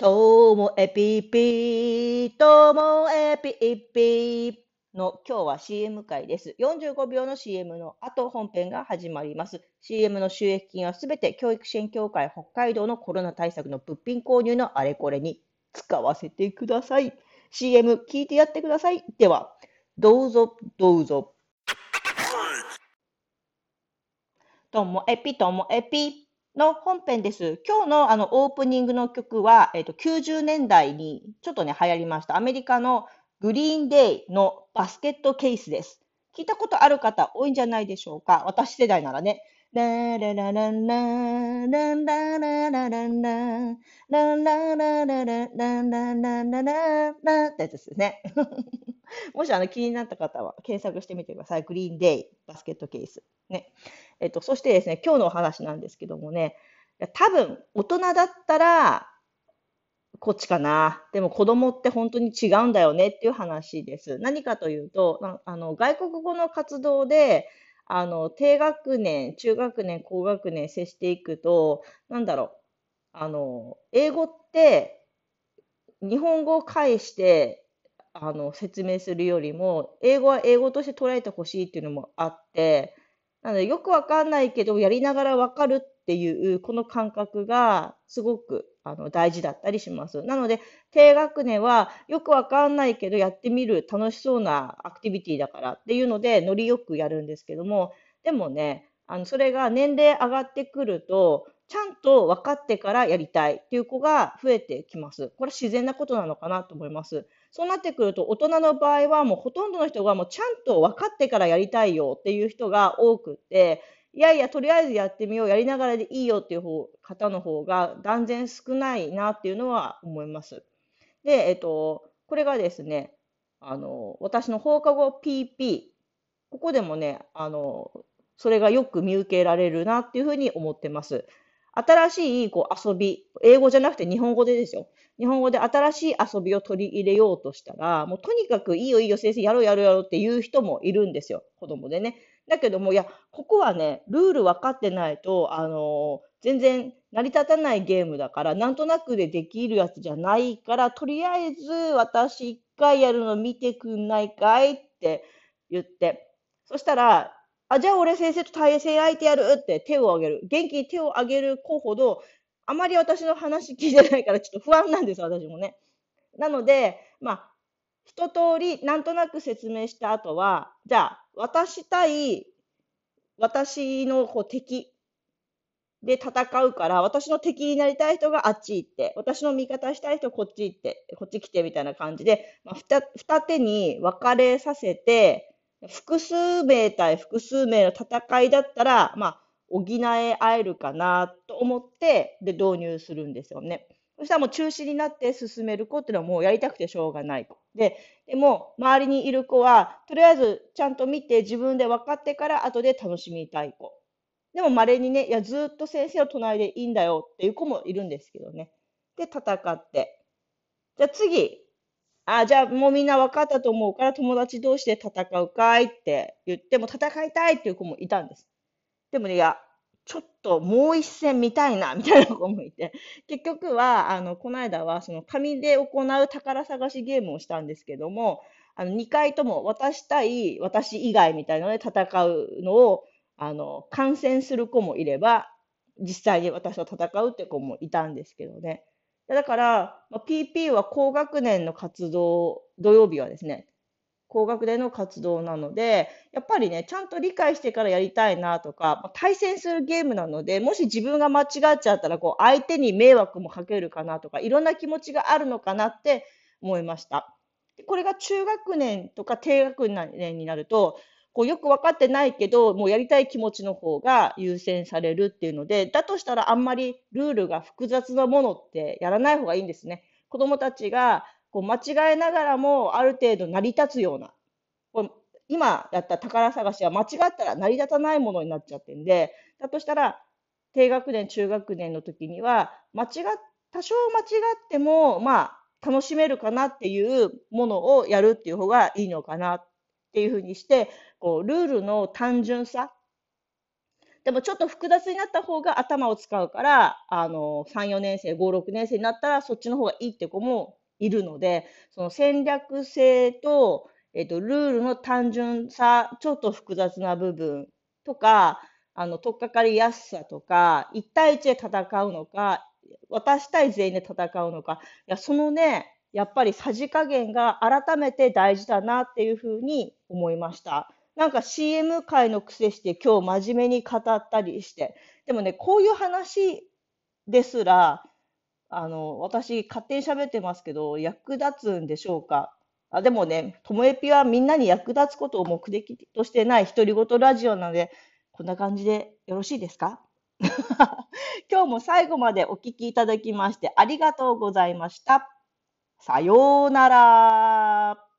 ともえぴぴともえぴぴの今日は CM 回です。45秒の CM の後本編が始まります。CM の収益金はすべて教育支援協会北海道のコロナ対策の物品購入のあれこれに使わせてください。CM 聞いてやってください。では、どうぞどうぞ。ともエピともエピの本編です。今日のオープニングの曲は、90年代にちょっとね、流行りました。アメリカのグリーンデイのバスケットケースです。聞いたことある方多いんじゃないでしょうか。私世代ならね。ラララランランランラララランランランララララランランランランララランってやつですね。もし気になった方は検索してみてください。グリーンデイバスケットケース。ね。そしてですね、今日のお話なんですけどもね、多分、大人だったら、こっちかな。でも子供って本当に違うんだよねっていう話です。何かというと、外国語の活動で、低学年、中学年、高学年接していくと、なんだろう、英語って日本語を介して、説明するよりも、英語は英語として捉えてほしいっていうのもあって、なので、よくわかんないけど、やりながらわかるっていう、この感覚がすごく大事だったりします。なので、低学年はよくわかんないけど、やってみる楽しそうなアクティビティだからっていうので、ノリよくやるんですけども、でもね、それが年齢上がってくると、ちゃんと分かってからやりたいっていう子が増えてきます。これ自然なことなのかなと思います。そうなってくると、大人の場合はもうほとんどの人がもうちゃんと分かってからやりたいよっていう人が多くって、いやいや、とりあえずやってみよう、やりながらでいいよっていう方の方が断然少ないなっていうのは思います。で、これがですね、私の放課後 PP、ここでもね、それがよく見受けられるなっていうふうに思ってます。新しい遊び、英語じゃなくて日本語でですよ。日本語で新しい遊びを取り入れようとしたら、もうとにかくいいよいいよ先生やろうやろうやろうっていう人もいるんですよ。子供でね。だけども、いや、ここはね、ルール分かってないと、全然成り立たないゲームだから、なんとなくでできるやつじゃないから、とりあえず私一回やるの見てくんないかいって言って、そしたら、あ、じゃあ俺先生と対戦相手やるって手を挙げる。元気に手を挙げる子ほど、あまり私の話聞いてないからちょっと不安なんです、私もね。なので、まあ、一通りなんとなく説明した後は、じゃあ、私対私の敵で戦うから、私の敵になりたい人があっち行って、私の味方したい人こっち行って、こっち来てみたいな感じで、二手に分かれさせて、複数名対複数名の戦いだったら、補え合えるかなと思って、で、導入するんですよね。そしたらもう中止になって進める子っていうのはもうやりたくてしょうがない子。でも、周りにいる子は、とりあえずちゃんと見て自分で分かってから後で楽しみたい子。でも稀にね、いや、ずっと先生の隣でいいんだよっていう子もいるんですけどね。で、戦って。じゃあ次、じゃあもうみんな分かったと思うから友達同士で戦うかいって言っても戦いたいっていう子もいたんです。でもね、いや、ちょっともう一戦見たいな、みたいな子もいて。結局は、この間はその紙で行う宝探しゲームをしたんですけども、2回とも私対私以外みたいなので戦うのを、観戦する子もいれば、実際に私と戦うって子もいたんですけどね。だから、PP は高学年の活動、土曜日はですね、高学年の活動なので、やっぱりね、ちゃんと理解してからやりたいなとか、対戦するゲームなので、もし自分が間違っちゃったら、相手に迷惑もかけるかなとか、いろんな気持ちがあるのかなって思いました。でこれが中学年とか低学年になると、よく分かってないけど、もうやりたい気持ちの方が優先されるっていうので、だとしたらあんまりルールが複雑なものってやらない方がいいんですね。子供たちが間違えながらもある程度成り立つような、こう今やった宝探しは間違ったら成り立たないものになっちゃってんで、だとしたら低学年、中学年の時には多少間違っても、楽しめるかなっていうものをやるっていう方がいいのかなっていうふうにして、ルールの単純さでもちょっと複雑になった方が頭を使うから、3、4年生、5、6年生になったらそっちの方がいいって子もいるので、その戦略性と、ルールの単純さ、ちょっと複雑な部分とか、取っかかりやすさとか、1対1で戦うのか、私対全員で戦うのか、いや、そのね、やっぱりさじ加減が改めて大事だなっていうふうに思いました。なんか CM 界の癖して今日真面目に語ったりして。でもね、こういう話ですら、私勝手に喋ってますけど、役立つんでしょうか。でもね、ともえぴはみんなに役立つことを目的としてない独り言ラジオなので、こんな感じでよろしいですか？今日も最後までお聞きいただきましてありがとうございました。さようなら。